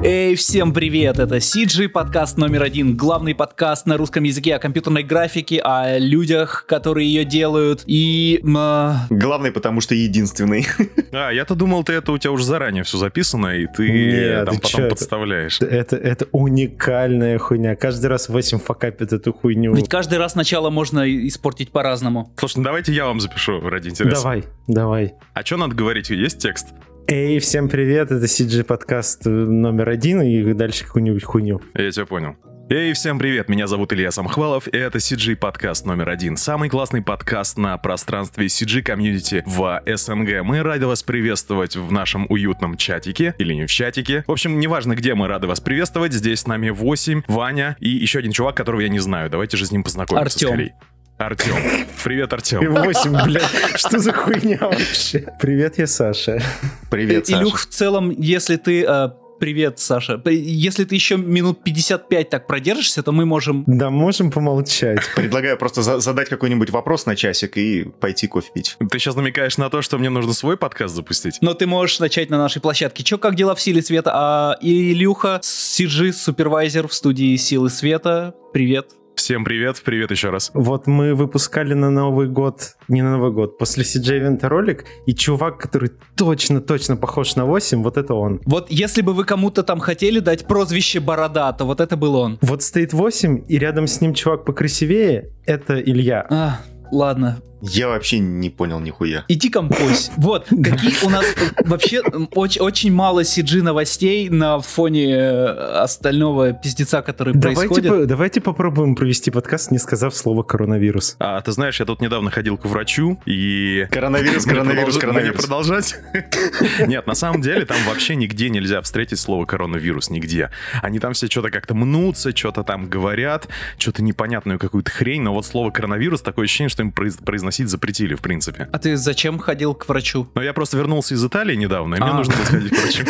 Эй, всем привет, это CG, подкаст номер 1, главный подкаст на русском языке о компьютерной графике, о людях, которые ее делают, и... Главный, потому что единственный. Я-то думал, это у тебя уже заранее все записано, и ты там потом подставляешь. Это уникальная хуйня, каждый раз 8 факапит эту хуйню. Ведь каждый раз начало можно испортить по-разному. Слушай, ну давайте я вам запишу ради интереса. Давай. А что надо говорить, есть текст? Эй, всем привет, это CG подкаст номер 1, и дальше какую-нибудь хуйню. Я тебя понял. Эй, всем привет, меня зовут Илья Самохвалов, и это CG подкаст номер 1. Самый классный подкаст на пространстве CG комьюнити в СНГ. Мы рады вас приветствовать в нашем уютном чатике, или не в чатике. В общем, неважно где, мы рады вас приветствовать. Здесь с нами 8, Ваня и еще один чувак, которого я не знаю. Давайте же с ним познакомимся скорее. Артем. Привет, Артем. 8, блядь, что за хуйня вообще? Привет, я Саша. Привет, Саша. Илюх, в целом, если ты... Привет, Саша. Если ты еще минут 55 так продержишься, то мы можем... Да, можем помолчать. Предлагаю просто задать какой-нибудь вопрос на часик и пойти кофе пить. Ты сейчас намекаешь на то, что мне нужно свой подкаст запустить? Но ты можешь начать на нашей площадке. Че, как дела в Силе Света? А Илюха, CG, супервайзер в студии Силы Света. Привет. Всем привет еще раз. Вот мы выпускали на Новый год, не на Новый год, после CG-ивента ролик, и чувак, который точно похож на 8, вот это он. Вот если бы вы кому-то там хотели дать прозвище Борода, то вот это был он. Вот стоит 8, и рядом с ним чувак покрасивее, это Илья. Ладно. Я вообще не понял нихуя. Иди композь. Вот, какие у нас вообще очень мало CG новостей на фоне остального пиздеца, который происходит. Давайте попробуем провести подкаст, не сказав слово коронавирус. Ты знаешь, я тут недавно ходил к врачу, и... Коронавирус. Мне продолжать? Нет, на самом деле там вообще нигде нельзя встретить слово коронавирус, нигде. Они там все что-то как-то мнутся, что-то там говорят, что-то непонятную какую-то хрень, но вот слово коронавирус, такое ощущение, что им произносить запретили, в принципе. А ты зачем ходил к врачу? Ну, я просто вернулся из Италии недавно, и мне нужно было сходить к врачу.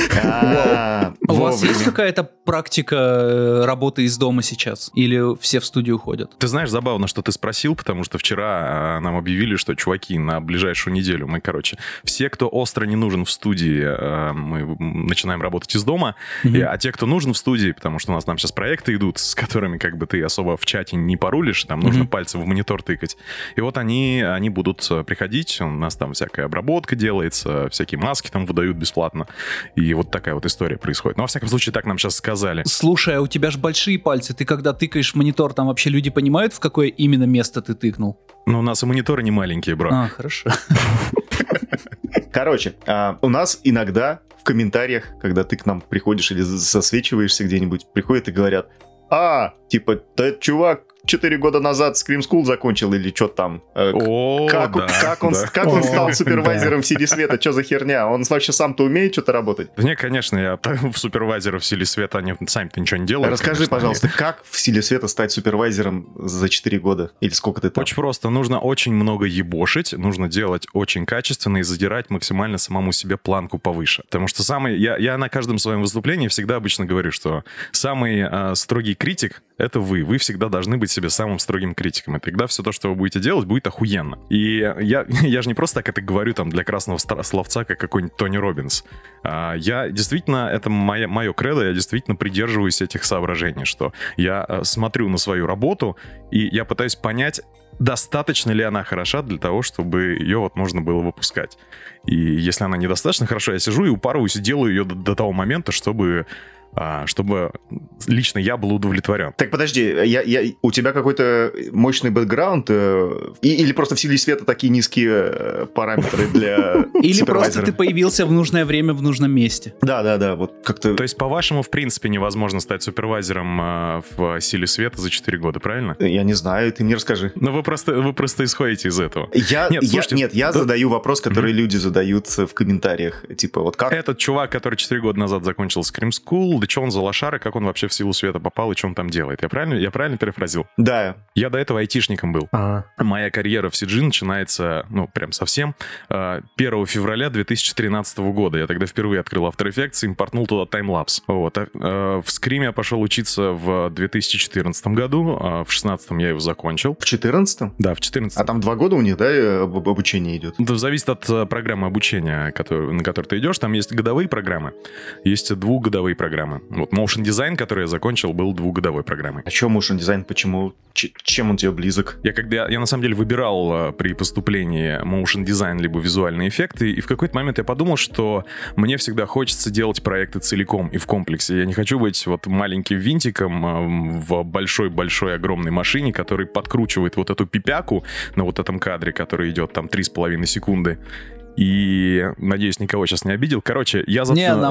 У вас есть какая-то практика работы из дома сейчас? Или все в студию ходят? Ты знаешь, забавно, что ты спросил, потому что вчера нам объявили, что, чуваки, на ближайшую неделю мы, все, кто остро не нужен в студии, мы начинаем работать из дома, а те, кто нужен в студии, потому что у нас там сейчас проекты идут, с которыми ты особо в чате не порулишь, там нужно пальцем в монитор тыкать. И вот они будут приходить, у нас там всякая обработка делается, всякие маски там выдают бесплатно, и вот такая вот история происходит. Но, во всяком случае, так нам сейчас сказали. Слушай, а у тебя же большие пальцы, ты когда тыкаешь в монитор, там вообще люди понимают, в какое именно место ты тыкнул? Ну, у нас и мониторы не маленькие, бро. Хорошо. Короче, у нас иногда в комментариях, когда ты к нам приходишь или засвечиваешься где-нибудь, приходят и говорят: этот чувак 4 года назад Scream School закончил или что там? Как он стал супервайзером в Силе Света? Что за херня? Он вообще сам-то умеет что-то работать? Не, конечно, я в супервайзера в Силе Света, они сами-то ничего не делают. Расскажи, пожалуйста, как в Силе Света стать супервайзером за 4 года? Или сколько ты там? Очень просто. Нужно очень много ебошить, нужно делать очень качественно и задирать максимально самому себе планку повыше. Потому что я на каждом своем выступлении всегда обычно говорю, что самый строгий критик — это вы. Вы всегда должны быть себе самым строгим критиком. И тогда все то, что вы будете делать, будет охуенно. И я же не просто так это говорю там для красного словца, как какой-нибудь Тони Роббинс. Я действительно, это мое кредо, я действительно придерживаюсь этих соображений, что я смотрю на свою работу, и я пытаюсь понять, достаточно ли она хороша для того, чтобы ее вот можно было выпускать. И если она недостаточно хороша, я сижу и упарываюсь и делаю ее до того момента, чтобы лично я был удовлетворен. Так, подожди, у тебя какой-то мощный бэкграунд? Или просто в Силе Света такие низкие параметры для Или просто ты появился в нужное время в нужном месте? Да, вот как-то... То есть, по-вашему, в принципе, невозможно стать супервайзером в Силе Света за 4 года, правильно? Я не знаю, ты мне расскажи. Ну, вы просто исходите из этого. Я задаю вопрос, который люди задают в комментариях. Типа, вот как... Этот чувак, который 4 года назад закончил Scream School, да что он за лошара, как он вообще в Силу Света попал и что он там делает. Я правильно перефразил? Да. Я до этого айтишником был. Моя карьера в CG начинается, прям совсем, 1 февраля 2013 года. Я тогда впервые открыл After Effects и импортнул туда таймлапс. Вот. В Scream я пошел учиться в 2014 году, в 2016 я его закончил. В 2014? Да, в 2014. А там 2 года у них, да, обучение идет? Это зависит от программы обучения, на которую ты идешь. Там есть годовые программы, есть 2-годовые программы. программы. Вот motion design, который я закончил, был 2-годовой программой. А что motion design, почему? Чем он тебе близок? Я на самом деле выбирал при поступлении motion design либо визуальные эффекты, и в какой-то момент я подумал, что мне всегда хочется делать проекты целиком и в комплексе. Я не хочу быть вот маленьким винтиком в большой-большой огромной машине, который подкручивает вот эту пипяку на вот этом кадре, который идет там 3,5 секунды. И, надеюсь, никого сейчас не обидел. Короче, я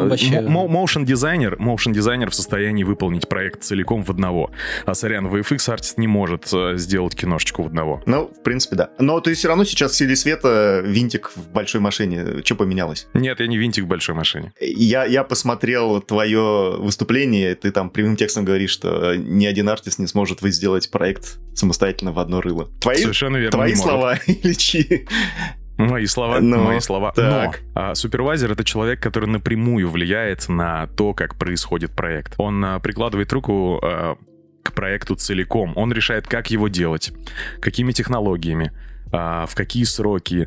motion дизайнер в состоянии выполнить проект целиком в одного. А сорян, VFX артист не может сделать киношечку в одного. Ну, в принципе, да. Но ты все равно сейчас в силе света винтик в большой машине. Что поменялось? Нет, я не винтик в большой машине. Я посмотрел твое выступление, ты там прямым текстом говоришь, что ни один артист не сможет сделать проект самостоятельно в одно рыло. Совершенно верно. Твои слова или чьи? Мои слова. Так. Но супервайзер — это человек, который напрямую влияет на то, как происходит проект. Он прикладывает руку к проекту целиком. Он решает, как его делать, какими технологиями, в какие сроки.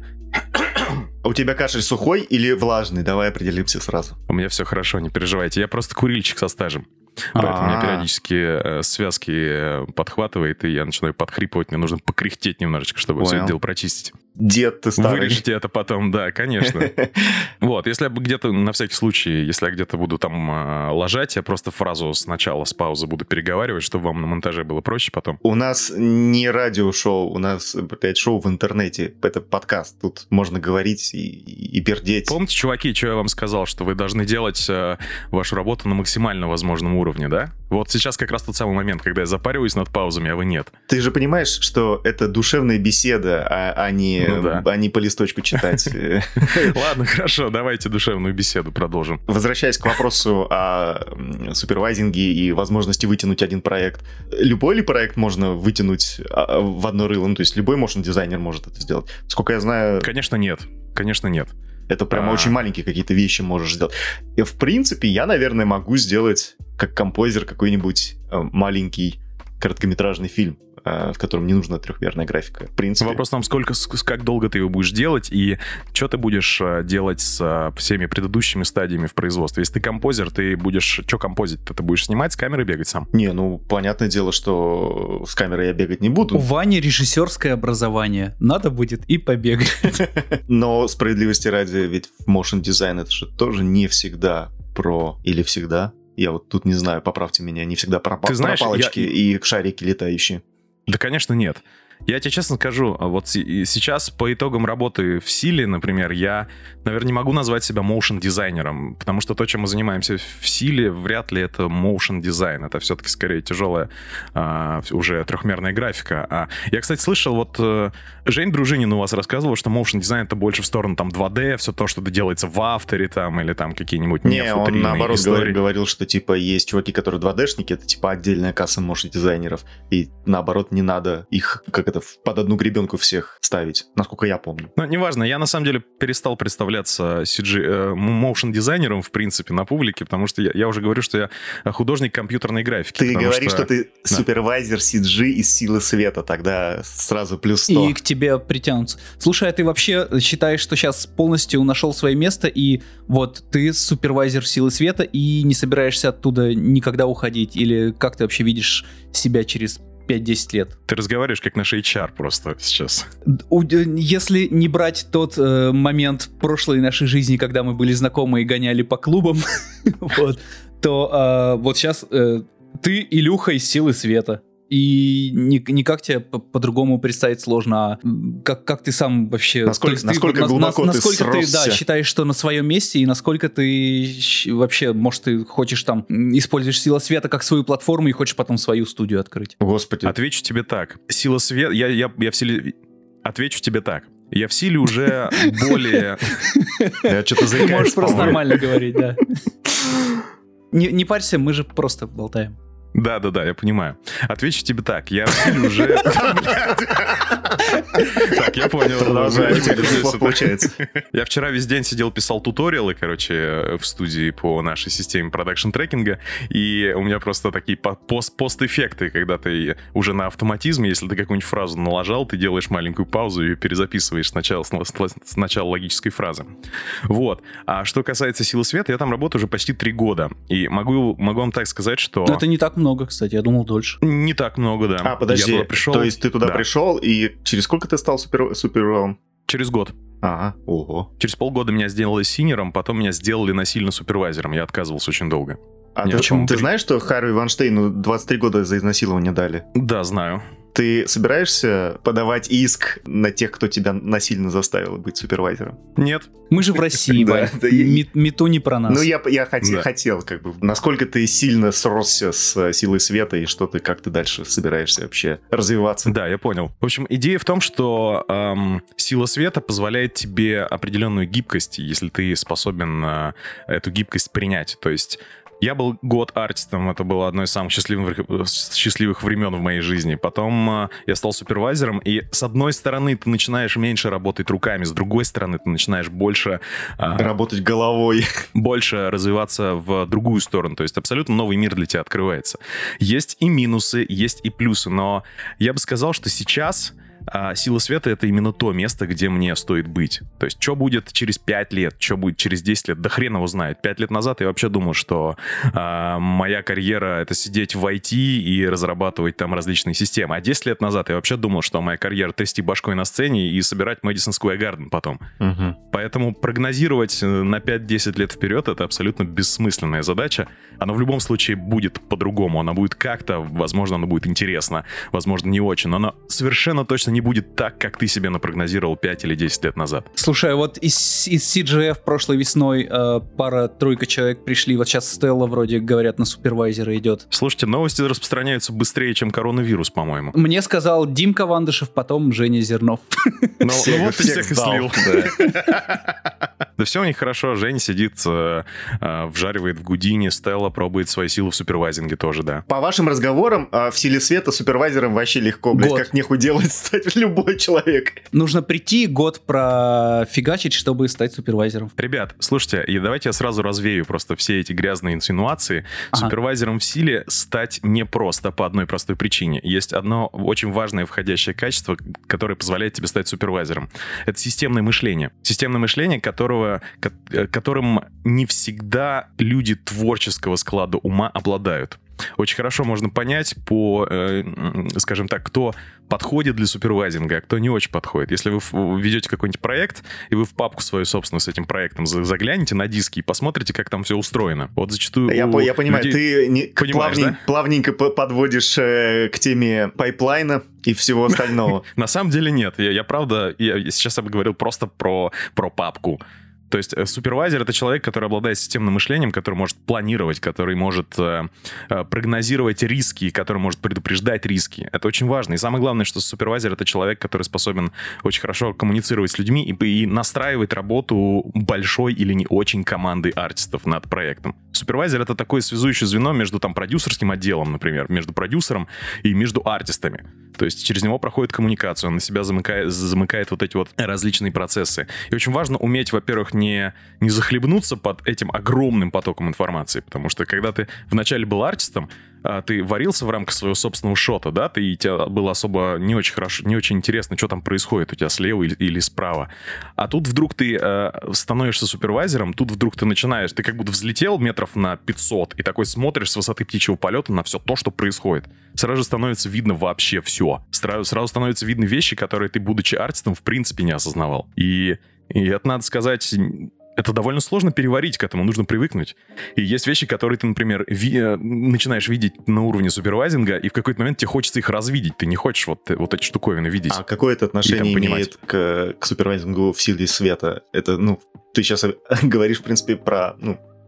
У тебя кашель сухой или влажный? Давай определимся сразу. У меня все хорошо, не переживайте. Я просто курильщик со стажем. Поэтому меня периодически связки подхватывает, и я начинаю подхрипывать. Мне нужно покряхтеть немножечко, чтобы все это дело прочистить. Дед ты старый. Вырежете это потом, да, конечно. Вот, если я где-то, на всякий случай, если я где-то буду там ложать, я просто фразу сначала с паузы буду переговаривать, чтобы вам на монтаже было проще потом. У нас не радиошоу, у нас, блядь, шоу в интернете. Это подкаст, тут можно говорить и пердеть. Помните, чуваки, что я вам сказал, что вы должны делать вашу работу на максимально возможном уровне, да? Вот сейчас как раз тот самый момент, когда я запариваюсь над паузами, а вы нет. Ты же понимаешь, что это душевная беседа, а не по листочку читать. Ладно, хорошо, давайте душевную беседу продолжим. Возвращаясь к вопросу о супервайзинге и возможности вытянуть один проект. Любой ли проект можно вытянуть в одно рыло? Ну, то есть любой моушн-дизайнер может это сделать? Сколько я знаю... Конечно, нет. Конечно, нет. Это прямо очень маленькие какие-то вещи можешь сделать. И, в принципе, я, наверное, могу сделать как композер какой-нибудь маленький короткометражный фильм, в котором не нужна трехмерная графика. В принципе. Вопрос там, как долго ты его будешь делать, и что ты будешь делать с всеми предыдущими стадиями в производстве. Если ты композер, ты будешь... Что композить-то? Ты будешь снимать, с камерой бегать сам? Не, ну, понятное дело, что с камерой я бегать не буду. У Вани режиссерское образование. Надо будет и побегать. Но справедливости ради, ведь в motion design это же тоже не всегда про... Или всегда? Я вот тут не знаю, поправьте меня, не всегда про палочки и шарики летающие. Да, конечно, нет. Я тебе честно скажу, вот сейчас по итогам работы в Силе, например, я, наверное, не могу назвать себя моушн-дизайнером, потому что то, чем мы занимаемся в Силе, вряд ли это моушн-дизайн. Это все-таки скорее тяжелая уже трехмерная графика. Я, кстати, слышал, вот Жень Дружинин у вас рассказывал, что моушн-дизайн это больше в сторону там 2D, все то, что делается в авторе там, или там какие-нибудь он наоборот говорил, что типа есть чуваки, которые 2D-шники, это типа отдельная касса моушн-дизайнеров, и наоборот не надо их под одну гребенку всех ставить, насколько я помню. Ну, неважно, я на самом деле перестал представляться моушн-дизайнером, в принципе, на публике, потому что я уже говорю, что я художник компьютерной графики. Ты говоришь, что ты супервайзер CG из Силы Света, тогда сразу плюс 100. И к тебе притянутся. Слушай, а ты вообще считаешь, что сейчас полностью нашел свое место, и вот ты супервайзер Силы Света, и не собираешься оттуда никогда уходить? Или как ты вообще видишь себя через 5-10 лет? Ты разговариваешь как наш HR просто сейчас. Если не брать тот момент прошлой нашей жизни, когда мы были знакомы и гоняли по клубам, то вот сейчас ты Илюха из Силы Света. И никак тебе по-другому представить сложно, как ты сам вообще... Насколько глубоко ты сросся. Считаешь, что на своем месте, и насколько ты вообще, может, ты хочешь там, используешь Сила Света как свою платформу и хочешь потом свою студию открыть. Господи. Отвечу тебе так. Сила Света... Я в Силе... Отвечу тебе так. Я в Силе уже более... Я что-то заикаюсь. Ты можешь просто нормально говорить, да. Не парься, мы же просто болтаем. Да, я понимаю. Отвечу тебе так, я в силе уже... Так, я понял. Продолжай, неплохо получается. Я вчера весь день сидел, писал туториалы, короче, в студии по нашей системе продакшн-трекинга, и у меня просто такие пост-эффекты, когда ты уже на автоматизме, если ты какую-нибудь фразу налажал, ты делаешь маленькую паузу и перезаписываешь с начала логической фразы. Вот. А что касается «Силы света», я там работаю уже почти 3 года, и могу вам так сказать, что... Но это не так много, кстати, я думал дольше. Не так много, да. А, подожди, Я туда пришел... то есть ты туда пришел, и через сколько ты стал супервизором? Через год. Ага, ого. Через полгода меня сделали синером, потом меня сделали насильно супервайзером. Я отказывался очень долго. А Нет, ты знаешь, что Харви Вайнштейну 23 года за изнасилование дали? Да, знаю. Ты собираешься подавать иск на тех, кто тебя насильно заставил быть супервайзером? Нет. Мы же в России, Да, Вань. да, Мету не про нас. Ну, я хотел, как бы, насколько ты сильно сросся с силой света, и как ты дальше собираешься вообще развиваться? Да, я понял. В общем, идея в том, что сила света позволяет тебе определенную гибкость, если ты способен эту гибкость принять. То есть я был год артистом, это было одно из самых счастливых времен в моей жизни. Потом я стал супервайзером, и с одной стороны ты начинаешь меньше работать руками, с другой стороны ты начинаешь больше... работать головой. Больше развиваться в другую сторону. То есть абсолютно новый мир для тебя открывается. Есть и минусы, есть и плюсы, но я бы сказал, что сейчас... Сила света — это именно то место, где мне стоит быть. То есть, что будет через 5 лет, что будет через 10 лет, да хрен его знает. 5 лет назад я вообще думал, что моя карьера — это сидеть в IT и разрабатывать там различные системы. А 10 лет назад я вообще думал, что моя карьера — трясти башкой на сцене и собирать Madison Square Garden потом. Угу. Поэтому прогнозировать на 5-10 лет вперед — это абсолютно бессмысленная задача. Оно в любом случае будет по-другому. Оно будет как-то, возможно, оно будет интересно, возможно, не очень, но оно совершенно точно не будет так, как ты себе напрогнозировал 5 или 10 лет назад. Слушай, вот из CGF прошлой весной пара-тройка человек пришли, вот сейчас Стелла вроде, говорят, на супервайзера идет. Слушайте, новости распространяются быстрее, чем коронавирус, по-моему. Мне сказал Димка Вандышев, потом Женя Зернов. Ну вот ты всех и слил. Да все у них хорошо. Женя сидит, вжаривает в Гудине, Стелла пробует свои силы в супервайзинге тоже, да. По вашим разговорам, в силе света супервайзером вообще легко, блядь, как нехуй делать стать любой человек. Нужно прийти, год профигачить, чтобы стать супервайзером. Ребят, слушайте, и давайте я сразу развею просто все эти грязные инсинуации. Супервайзером в силе стать непросто по одной простой причине. Есть одно очень важное входящее качество, которое позволяет тебе стать супервайзером. Это системное мышление. Системное мышление, которым не всегда люди творческого склада ума обладают. Очень хорошо можно понять по, скажем так, кто подходит для супервайзинга, а кто не очень подходит. Если вы ведете какой-нибудь проект, и вы в папку свою собственную с этим проектом заглянете на диски и посмотрите, как там все устроено. Вот зачастую я понимаю, людей... ты плавненько подводишь к теме пайплайна и всего остального. На самом деле нет. Я правда, я сейчас говорил просто про папку. То есть супервайзер — это человек, который обладает системным мышлением, который может планировать, который может прогнозировать риски, который может предупреждать риски. Это очень важно. И самое главное, что супервайзер — это человек, который способен очень хорошо коммуницировать с людьми и настраивать работу большой или не очень команды артистов над проектом. Супервайзер — это такое связующее звено между там продюсерским отделом, например, между продюсером и между артистами. То есть через него проходит коммуникация, он на себя замыкает вот эти вот различные процессы. И очень важно уметь, во-первых, не захлебнуться под этим огромным потоком информации, потому что когда ты вначале был артистом, ты варился в рамках своего собственного шота, да, и тебе было особо не очень хорошо, не очень интересно, что там происходит у тебя слева или справа. А тут вдруг ты становишься супервайзером, тут вдруг ты начинаешь, ты как будто взлетел метров на 500 и такой смотришь с высоты птичьего полета на все то, что происходит. Сразу же становится видно вообще все. Сразу становятся видны вещи, которые ты, будучи артистом, в принципе не осознавал. И это, надо сказать, это довольно сложно переварить, к этому нужно привыкнуть. И есть вещи, которые ты, например, начинаешь видеть на уровне супервайзинга, и в какой-то момент тебе хочется их развидеть. Ты не хочешь вот эти штуковины видеть. А какое это отношение имеет к супервайзингу в силе света? Это, ты сейчас говоришь, в принципе, про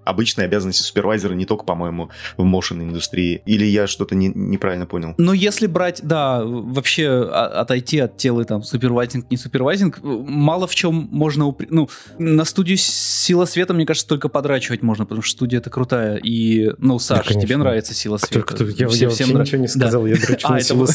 обычные обязанности супервайзера не только, по-моему, в моушен-индустрии. Или я что-то неправильно понял? Но если брать, да, вообще отойти от темы там супервайзинг, не супервайзинг, мало в чем можно... Ну, на студию «Сила света», мне кажется, только подрачивать можно, потому что студия это крутая. И, ну, Саша, да, тебе нравится «Сила света». Я вообще ничего не сказал, я драчу на «Силу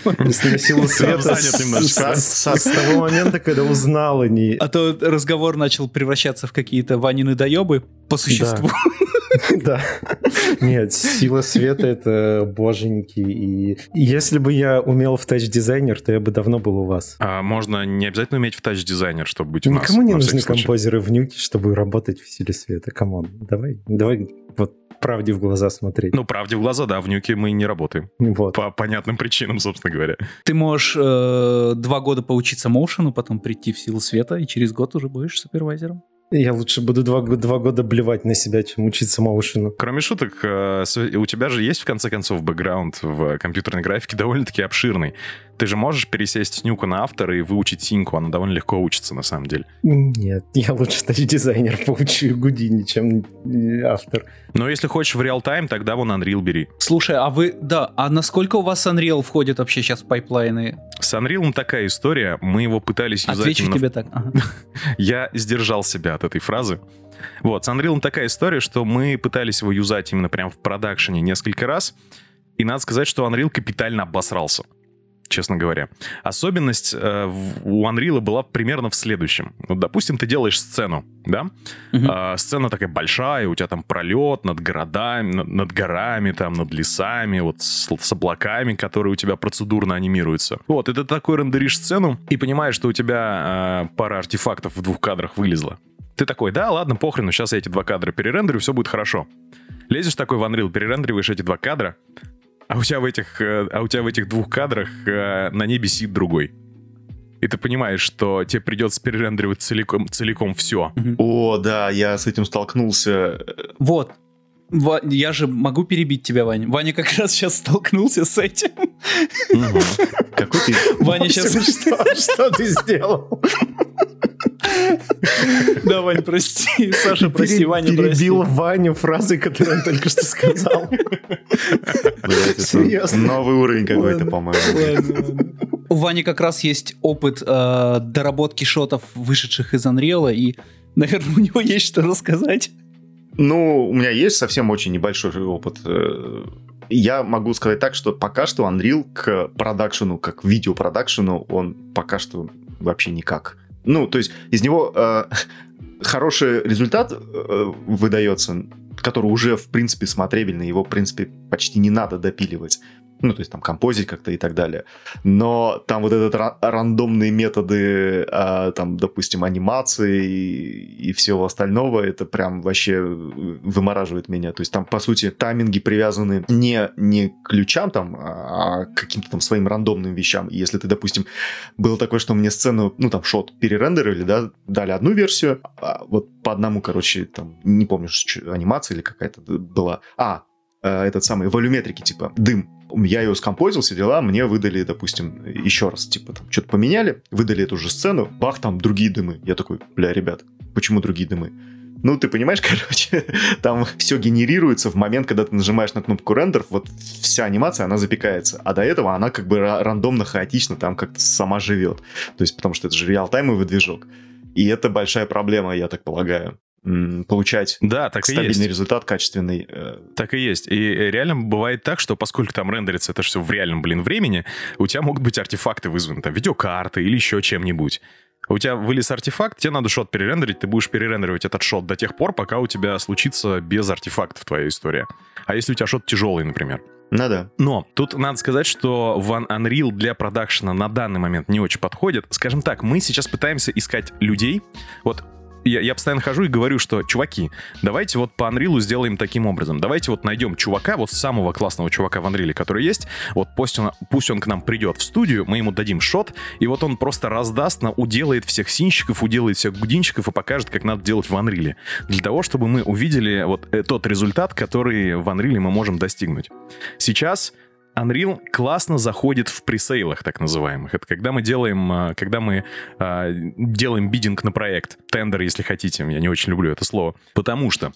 света» с того момента, когда узнал о ней. А то разговор начал превращаться в какие-то Ванины доебы по существу. Да. Нет, «Сила света» — это боженьки. И если бы я умел в тач-дизайнер, то я бы давно был у вас. А можно не обязательно уметь в тач-дизайнер, чтобы быть у нас. Никому не нужны композеры в нюке, чтобы работать в «Силе света». Камон, давай вот правде в глаза смотреть. Ну, правде в глаза, да, в нюке мы не работаем. Вот. По понятным причинам, собственно говоря. Ты можешь 2 года поучиться моушену, потом прийти в «Силу света», и через год уже будешь супервайзером. Я лучше буду 2 года блевать на себя, чем учиться моушену. Кроме шуток, у тебя же есть, в конце концов, бэкграунд в компьютерной графике довольно-таки обширный. Ты же можешь пересесть с нюка на автора и выучить синьку, она довольно легко учится, на самом деле. Нет, я лучше тач-дизайнер поучу Гудини, чем автор. Но если хочешь в реал-тайм, тогда вон Unreal бери. Слушай, а насколько у вас Unreal входит вообще сейчас в пайплайны? С Unreal такая история, мы его пытались юзать... Отвечу тебе так. Ага. Я сдержал себя от этой фразы. Вот, с Unreal такая история, что мы пытались его юзать именно прямо в продакшене несколько раз, и надо сказать, что Unreal капитально обосрался, честно говоря. Особенность у Unreal была примерно в следующем. Вот, допустим, ты делаешь сцену, да? Сцена такая большая, у тебя там пролет над городами, над горами, там, над лесами, вот с облаками, которые у тебя процедурно анимируются. Вот, и ты такой рендеришь сцену и понимаешь, что у тебя пара артефактов в 2 кадрах вылезла. Ты такой, да, ладно, похрену, сейчас я эти 2 кадра перерендерю, все будет хорошо. Лезешь такой в Unreal, перерендериваешь эти 2 кадра, а у тебя в этих 2 кадрах на небе сидит другой. И ты понимаешь, что тебе придется перерендеривать целиком все. О, да, я с этим столкнулся. Вот. Я же могу перебить тебя, Ваня. Ваня как раз сейчас столкнулся с этим. Какой ты... Ваня сейчас... Что ты сделал? Да, Вань, прости. Саша, прости, Ваня, прости. Перебил Ваню фразой, которую он только что сказал. Серьезно? Новый уровень какой-то, по-моему. У Вани как раз есть опыт доработки шотов, вышедших из Unreal, и, наверное, у него есть что рассказать. Ну, у меня есть совсем очень небольшой опыт. Я могу сказать так, что пока что Unreal к продакшену, как к видеопродакшену, он пока что вообще никак. Ну, то есть из него хороший результат выдается, который уже, в принципе, смотрибельный. Его, в принципе, почти не надо допиливать. Ну, то есть там композить как-то и так далее. Но там вот этот рандомные методы, там, допустим, анимации и всего остального, это прям вообще вымораживает меня. То есть там, по сути, тайминги привязаны не к ключам, там, а к каким-то там своим рандомным вещам. И если ты, допустим, было такое, что мне сцену, ну, там, шот перерендерили, да, дали одну версию, вот по одному, короче, там, не помню, анимация или какая-то была. Этот самый волюметрики, типа, дым. Я ее скомпозил, все дела, мне выдали, допустим, еще раз, типа, там, что-то поменяли, выдали эту же сцену, бах, там другие дымы. Я такой, бля, ребят, почему другие дымы? Ну, ты понимаешь, короче, там все генерируется в момент, когда ты нажимаешь на кнопку рендер, вот вся анимация, она запекается, а до этого она как бы рандомно, хаотично там как-то сама живет. То есть, потому что это же реал-таймовый движок. И это большая проблема, я так полагаю. Получать стабильный результат, качественный. Так и есть. И реально бывает так, что поскольку там рендерится это все в реальном, времени, у тебя могут быть артефакты вызваны, там, видеокарты или еще чем-нибудь. У тебя вылез артефакт, тебе надо шот перерендерить, ты будешь перерендеривать этот шот до тех пор, пока у тебя случится без артефактов твоя история. А если у тебя шот тяжелый, например? Ну да. Но тут надо сказать, что Unreal для продакшена на данный момент не очень подходит. Скажем так, мы сейчас пытаемся искать людей. Вот я постоянно хожу и говорю, что, чуваки, давайте вот по Unreal сделаем таким образом. Давайте вот найдем чувака, вот самого классного чувака в Unreal, который есть. Вот пусть он к нам придет в студию, мы ему дадим шот, и вот он просто раздаст, уделает всех синщиков, уделает всех гудинщиков и покажет, как надо делать в Unreal. Для того, чтобы мы увидели вот тот результат, который в Unreal мы можем достигнуть. Сейчас Unreal классно заходит в пресейлах, так называемых. Это когда мы делаем биддинг на проект. Тендер, если хотите. Я не очень люблю это слово. Потому что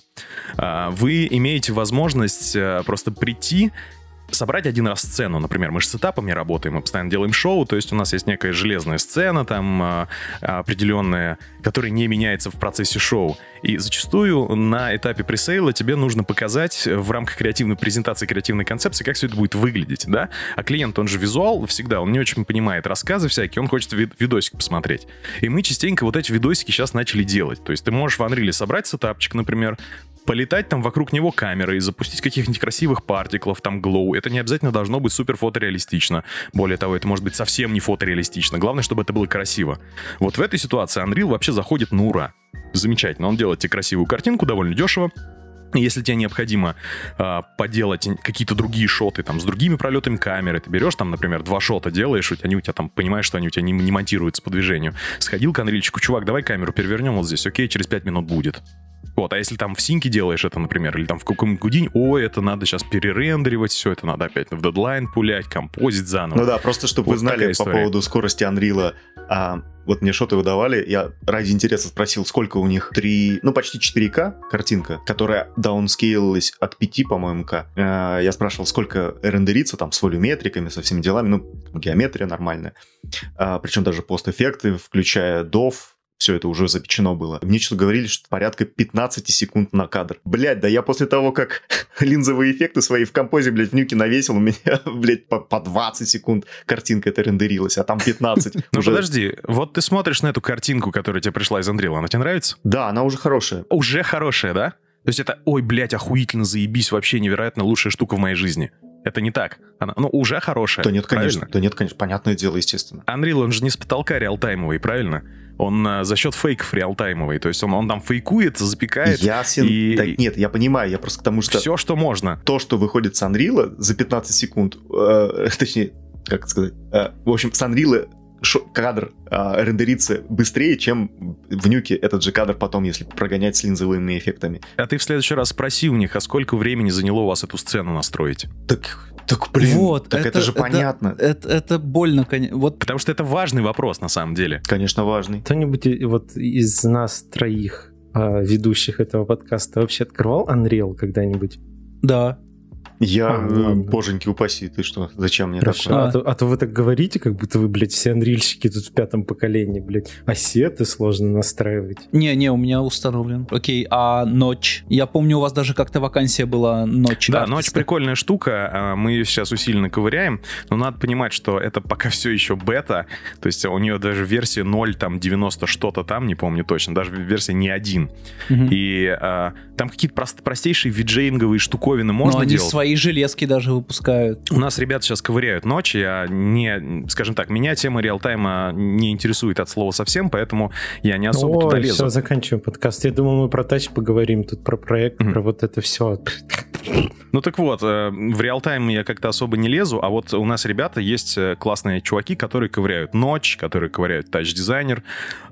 вы имеете возможность просто прийти, собрать один раз сцену. Например, мы же с сетапами работаем, мы постоянно делаем шоу, то есть у нас есть некая железная сцена там определенная, которая не меняется в процессе шоу. И зачастую на этапе пресейла тебе нужно показать в рамках креативной презентации, креативной концепции, как все это будет выглядеть, да? А клиент, он же визуал всегда, он не очень понимает рассказы всякие, он хочет видосик посмотреть. И мы частенько вот эти видосики сейчас начали делать. То есть ты можешь в Unreal собрать сетапчик, например, полетать там вокруг него камерой, запустить каких-нибудь красивых партиклов, там глоу. Это не обязательно должно быть супер фотореалистично. Более того, это может быть совсем не фотореалистично. Главное, чтобы это было красиво. Вот в этой ситуации Unreal вообще заходит на ура. Замечательно. Он делает тебе красивую картинку, довольно дешево. Если тебе необходимо поделать какие-то другие шоты там с другими пролетами камеры, ты берешь там, например, 2 шота делаешь, они у тебя там, понимаешь, что они у тебя не монтируются по движению. Сходил к Unreal'чику, чувак, давай камеру перевернем вот здесь, окей, через 5 минут будет. Вот, а если там в синке делаешь это, например, или там в каком-нибудь Гудине, это надо сейчас перерендеривать, все это надо опять в дедлайн пулять, композить заново. Ну да, просто чтобы вот вы знали по поводу скорости Unreal, вот мне шоты выдавали, я ради интереса спросил, сколько у них почти 4К картинка, которая даунскейлилась от 5, по-моему, К. Я спрашивал, сколько рендерится там с волюметриками, со всеми делами, геометрия нормальная. Причем даже постэффекты, включая DOF, все это уже запечено было. Мне что-то говорили, что порядка 15 секунд на кадр. Блядь, да я после того, как линзовые эффекты свои в композе, блядь, в нюке навесил, у меня, блядь, по 20 секунд картинка это рендерилась, а там 15. Ну подожди, вот ты смотришь на эту картинку, которая тебе пришла из Unreal, она тебе нравится? Да, она уже хорошая. Уже хорошая, да? То есть это, ой, блядь, охуительно, заебись, вообще невероятно лучшая штука в моей жизни. Это не так. Она, уже хорошая. Да нет, конечно. Правильно? Да нет, конечно. Понятное дело, естественно. Unreal, он же не с потолка реалтаймовый, правильно? Он за счет фейков реалтаймовый. То есть он там фейкует, запекает. Ясен. Да, нет, я понимаю. Я просто к тому, что... Все, что можно. То, что выходит с Unreal за 15 секунд, точнее, как сказать... в общем, с Unreal кадр рендерится быстрее, чем в нюке этот же кадр потом, если прогонять с линзовыми эффектами. А ты в следующий раз спроси у них, а сколько времени заняло у вас эту сцену настроить? Так блин, вот, так это же понятно. Это больно, вот. Потому что это важный вопрос на самом деле. Конечно, важный. Кто-нибудь вот из нас троих ведущих этого подкаста вообще открывал Unreal когда-нибудь? Да. Я, боженьки упаси, ты что, зачем мне такое? А то вы так говорите, как будто вы, блядь, все анрильщики тут в 5-м поколении, блядь. Ассеты сложно настраивать. Не, у меня установлен. Окей, а ночь? Я помню, у вас даже как-то вакансия была ночь. Да, ночь прикольная штука, мы ее сейчас усиленно ковыряем, но надо понимать, что это пока все еще бета, то есть у нее даже версия 0, там 90 что-то там, не помню точно, даже версия не 1. И там какие-то простейшие виджейнговые штуковины можно делать. Свои железки даже выпускают. У нас ребята сейчас ковыряют ночи, скажем так, меня тема реалтайма не интересует от слова совсем, поэтому я не особо туда лезу. Все, заканчиваем подкаст. Я думаю, мы про тач поговорим, тут про проект, про вот это все. Ну так вот, в реалтайм я как-то особо не лезу, а вот у нас ребята есть классные чуваки, которые ковыряют ночь, которые ковыряют тач-дизайнер.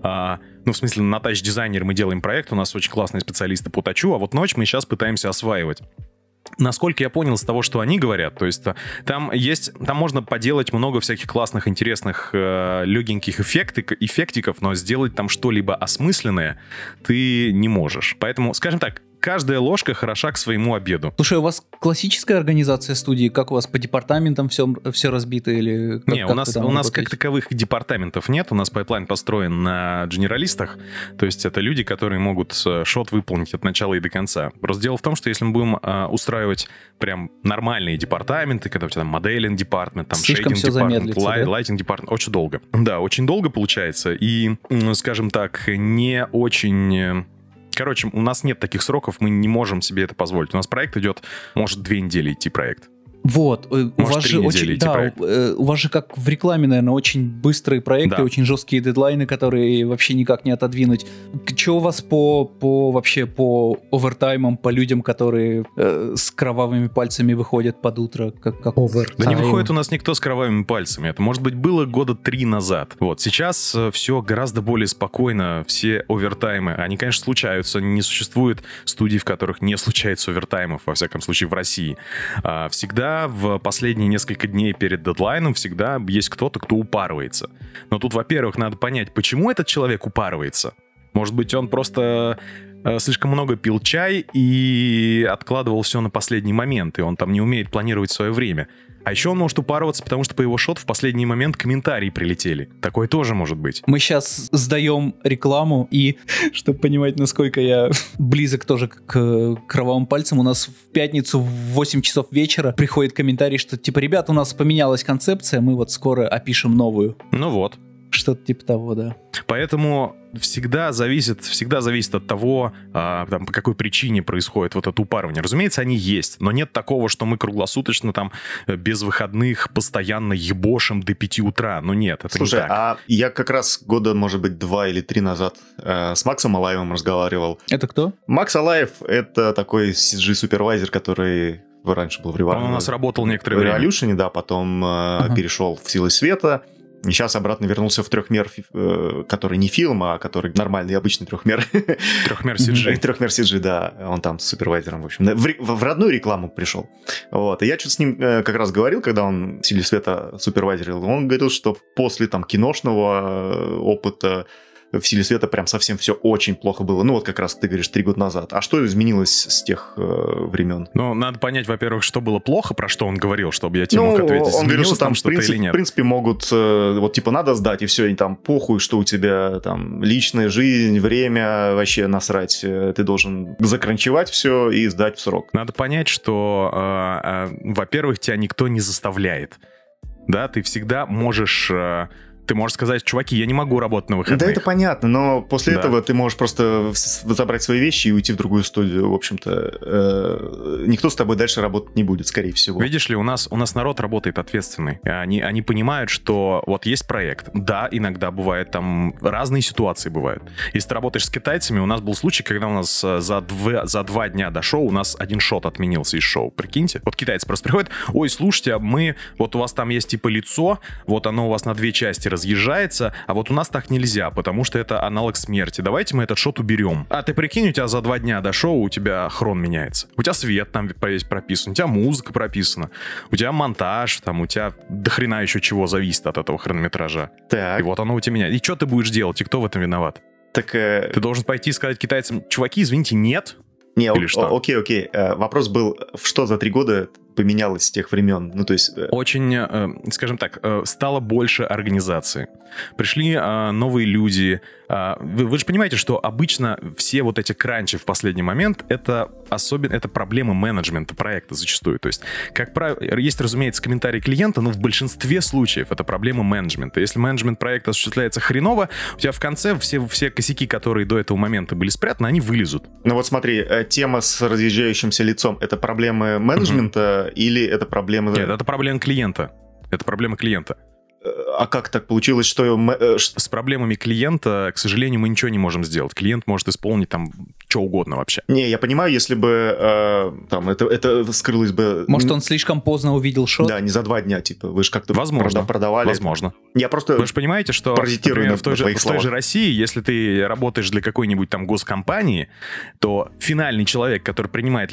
В смысле, на тач-дизайнер мы делаем проект, у нас очень классные специалисты по тачу, а вот ночь мы сейчас пытаемся осваивать. Насколько я понял из того, что они говорят, то есть там можно поделать много всяких классных, интересных, легеньких эффектиков, но сделать там что-либо осмысленное ты не можешь. Поэтому, скажем так, каждая ложка хороша к своему обеду. Слушай, у вас классическая организация студии? Как у вас по департаментам все разбито? Или не, у нас как таковых департаментов нет. У нас пайплайн построен на генералистах. То есть это люди, которые могут шот выполнить от начала и до конца. Просто дело в том, что если мы будем устраивать прям нормальные департаменты, когда у тебя там моделинг департамент, там шейдинг департамент, лайтинг департамент, очень долго. Да, очень долго получается. И, скажем так, не очень... Короче, у нас нет таких сроков, мы не можем себе это позволить. У нас проект идет, может, 2 недели идти проект. Вот, у вас же очень, да, у вас же как в рекламе, наверное, очень быстрые проекты, да. Очень жесткие дедлайны, которые вообще никак не отодвинуть. Что у вас вообще по овертаймам, по людям, которые с кровавыми пальцами выходят под утро? Как да не выходит у нас никто с кровавыми пальцами. Это, может быть, было 3 года назад. Вот, сейчас все гораздо более спокойно, все овертаймы. Они, конечно, случаются. Не существует студий, в которых не случается овертаймов, во всяком случае, в России. Всегда всегда в последние несколько дней перед дедлайном всегда есть кто-то, кто упарывается. Но тут, во-первых, надо понять, почему этот человек упарывается. Может быть, он просто слишком много пил чай и откладывал все на последний момент, и он там не умеет планировать свое время. А еще он может упарываться, потому что по его шот в последний момент комментарии прилетели. Такое тоже может быть. Мы сейчас сдаем рекламу, и, чтобы понимать, насколько я близок тоже к кровавым пальцам, у нас в пятницу в 8 часов вечера приходит комментарий, что типа, ребят, у нас поменялась концепция, мы вот скоро опишем новую. Ну вот. Что-то типа того, да. Поэтому всегда зависит от того, там, по какой причине происходит вот это упарывание. Разумеется, они есть, но нет такого, что мы круглосуточно там без выходных постоянно ебошим до 5 утра. Ну нет, это Слушай, не так. а я как раз года, может быть, 2 или 3 назад с Максом Алаевым разговаривал. Это кто? Макс Алаев — это такой CG-супервайзер, который раньше был в Он у нас работал некоторое время. В Revolution, да, потом перешел в «Силы света». И сейчас обратно вернулся в трехмер, который не фильм, а который нормальный, обычный трехмер. Трехмер CG. Трехмер CG, да. Он там с супервайзером, в общем. В родную рекламу пришел. Вот. И я что-то с ним как раз говорил, когда он «Силы света» супервайзерил. Он говорил, что после там киношного опыта в «Силе света» прям совсем все очень плохо было. Ну вот как раз ты говоришь 3 года назад. А что изменилось с тех времен? Ну, надо понять, во-первых, что было плохо, про что он говорил, чтобы я тебе мог ответить. Он говорил, что там что-то или нет. В принципе могут, вот типа надо сдать, и все, и там похуй, что у тебя там личная жизнь, время, вообще насрать. Ты должен закранчевать все и сдать в срок. Надо понять, что, во-первых, тебя никто не заставляет. Да, ты всегда можешь... Ты можешь сказать, чуваки, я не могу работать на выходных. Да, это понятно, но после этого ты можешь просто забрать свои вещи и уйти в другую студию. В общем-то, никто с тобой дальше работать не будет, скорее всего. Видишь ли, у нас народ работает ответственный. Они понимают, что вот есть проект. Да, иногда бывает там разные ситуации бывают. Если ты работаешь с китайцами, у нас был случай, когда у нас за 2 дня до шоу у нас один шот отменился из шоу. Прикиньте. Вот китайцы просто приходят, ой, слушайте, а вот у вас там есть типа лицо, вот оно у вас на 2 части разъезжается, а вот у нас так нельзя, потому что это аналог смерти. Давайте мы этот шот уберем. А ты прикинь, у тебя за 2 дня до шоу у тебя хрон меняется. У тебя свет там весь прописан, у тебя музыка прописана, у тебя монтаж, там у тебя дохрена еще чего зависит от этого хронометража. Так. И вот оно у тебя меняется. И что ты будешь делать? И кто в этом виноват? Так, ты должен пойти и сказать китайцам, чуваки, извините, нет. Не, или что? Окей. Вопрос был, что за 3 года поменялось с тех времен? Ну, то есть... Очень, скажем так, стало больше организации. Пришли новые люди. Вы же понимаете, что обычно все вот эти кранчи в последний момент это проблемы менеджмента проекта зачастую. То есть, как правило, есть, разумеется, комментарий клиента, но в большинстве случаев это проблема менеджмента. Если менеджмент проекта осуществляется хреново, у тебя в конце все косяки, которые до этого момента были спрятаны, они вылезут. Ну вот смотри, тема с разъезжающимся лицом — это проблемы менеджмента или это проблемы... Нет, это проблема клиента. Это проблема клиента. А как так получилось, что... С проблемами клиента, к сожалению, мы ничего не можем сделать. Клиент может исполнить там что угодно вообще. Не, я понимаю, если бы там это скрылось бы... Может, он слишком поздно увидел шот? Да, не за 2 дня, типа. Вы же как-то продавали. Возможно. Я просто... Вы же понимаете, что, например, в той же России, если ты работаешь для какой-нибудь там госкомпании, то финальный человек, который принимает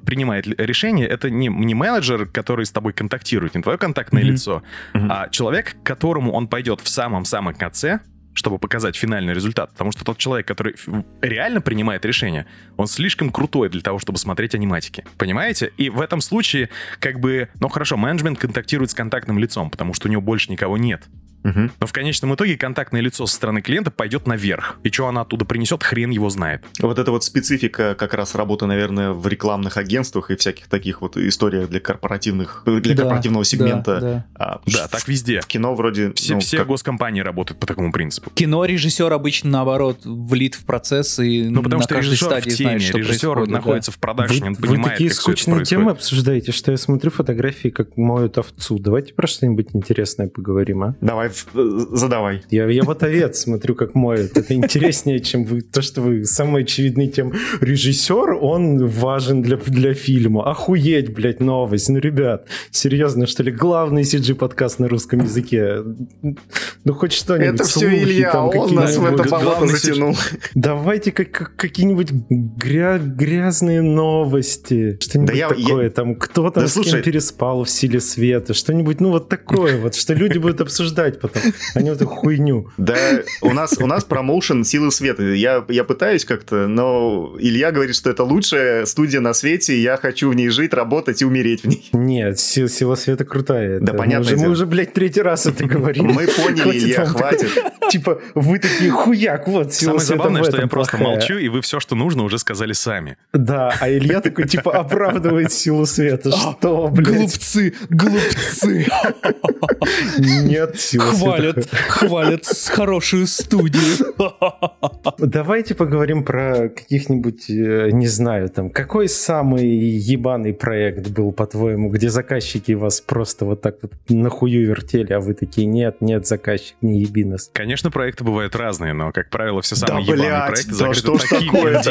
решение, это не менеджер, который с тобой контактирует, не твое контактное лицо, а человек, к которому он пойдет в самом-самом конце, чтобы показать финальный результат. Потому что тот человек, который реально принимает решение, он слишком крутой для того, чтобы смотреть аниматики. Понимаете? И в этом случае, хорошо, менеджмент контактирует с контактным лицом, потому что у него больше никого нет. Но в конечном итоге контактное лицо со стороны клиента пойдет наверх. И что она оттуда принесет, хрен его знает. Вот это вот специфика как раз работы, наверное, в рекламных агентствах и всяких таких вот историях для корпоративного сегмента. Да, так везде. В кино вроде... Все госкомпании работают по такому принципу. Кино режиссер обычно, наоборот, влит в процесс и потому на что каждой стадии в теме, знает, что режиссер происходит, находится в продакшене, он понимает, вы такие как все это скучные темы происходит. обсуждаете, что я смотрю фотографии, как моют овцу. Давайте про что-нибудь интересное поговорим, а? Давай задавай. Я вот овец смотрю, как моют. Это интереснее, чем то, что вы самый очевидный тем. Режиссер, он важен для фильма. Охуеть, блядь, новость. Ну, ребят, серьезно, что ли, главный CG-подкаст на русском языке? Ну, хоть что-нибудь. Это все Илья, он нас в это болото затянул. Давайте какие-нибудь грязные новости. Что-нибудь такое, там, кто там с кем переспал в «Силе света», что-нибудь, ну, вот такое вот, что люди будут обсуждать потом, а не вот эту хуйню. Да, у нас промоушен «Силы света». Я пытаюсь как-то, но Илья говорит, что это лучшая студия на свете, и я хочу в ней жить, работать и умереть в ней. Нет, «Сила света» крутая. Да, понятно. Мы уже, блядь, третий раз это говорим. Мы поняли, Илья, хватит. Типа, вы такие, хуяк, вот «Сила света» Самое забавное, что я плохая. просто молчу, и вы все, что нужно, уже сказали сами. Да, а Илья такой, типа, оправдывает «Силу света». Что, блядь? Глупцы. Нет, «Сила света». Хвалят хорошую студию. Давайте поговорим про каких-нибудь, не знаю, там, какой самый ебаный проект был, по-твоему, где заказчики вас просто вот так вот нахую вертели, а вы такие, нет, заказчик, не еби нас. Конечно, проекты бывают разные, но, как правило, все самые Да, ебаные блядь, проекты да закрыты что ж такими такое-то?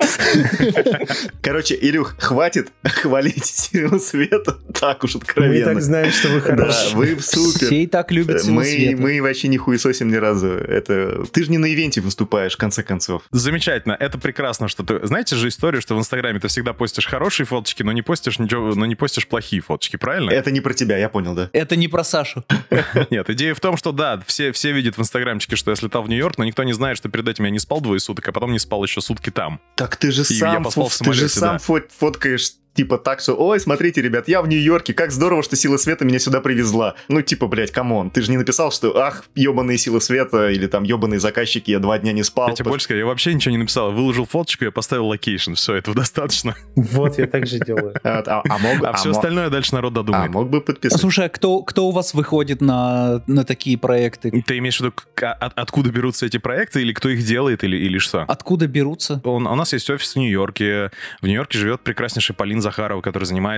NDA. Короче, Илюх, хватит хвалить «Силу света» так уж Мы и откровенно. так знаем, что вы Да, хорошие. вы супер. Все и так любят «Силу света». Мы вообще не хуесосим ни разу. Ты же не на ивенте выступаешь, в конце концов. Замечательно, это прекрасно, что ты... Знаете же историю, что в Инстаграме ты всегда постишь хорошие фоточки, но не постишь ничего, но не постишь плохие фоточки, правильно? Это не про тебя, я понял, да. Это не про Сашу. Нет, идея в том, что да, все видят в Инстаграмчике, что я слетал в Нью-Йорк, но никто не знает, что перед этим я не спал 2 суток, а потом не спал еще сутки там. Так ты же И я сам, поспал в самолете, да. фоткаешь типа так, что, ой, смотрите, ребят, я в Нью-Йорке, как здорово, что «Сила света» меня сюда привезла. Ну, типа, блядь, камон, ты же не написал, что, ах, ебаные «Силы света» или там ебаные заказчики, я 2 дня не спал. Я тебе больше скажу, я вообще ничего не написал, выложил фоточку, я поставил локейшн, все, этого достаточно. Вот, я так же делаю. А все остальное дальше народ додумает. мог бы подписать. Слушай, а кто у вас выходит на такие проекты? Ты имеешь в виду, откуда берутся эти проекты, или кто их делает, или что? Откуда берутся? У нас есть офис в Нью-Йорке. В Нью-Йорке живет прекраснейшая Полина Захарова, которая занимается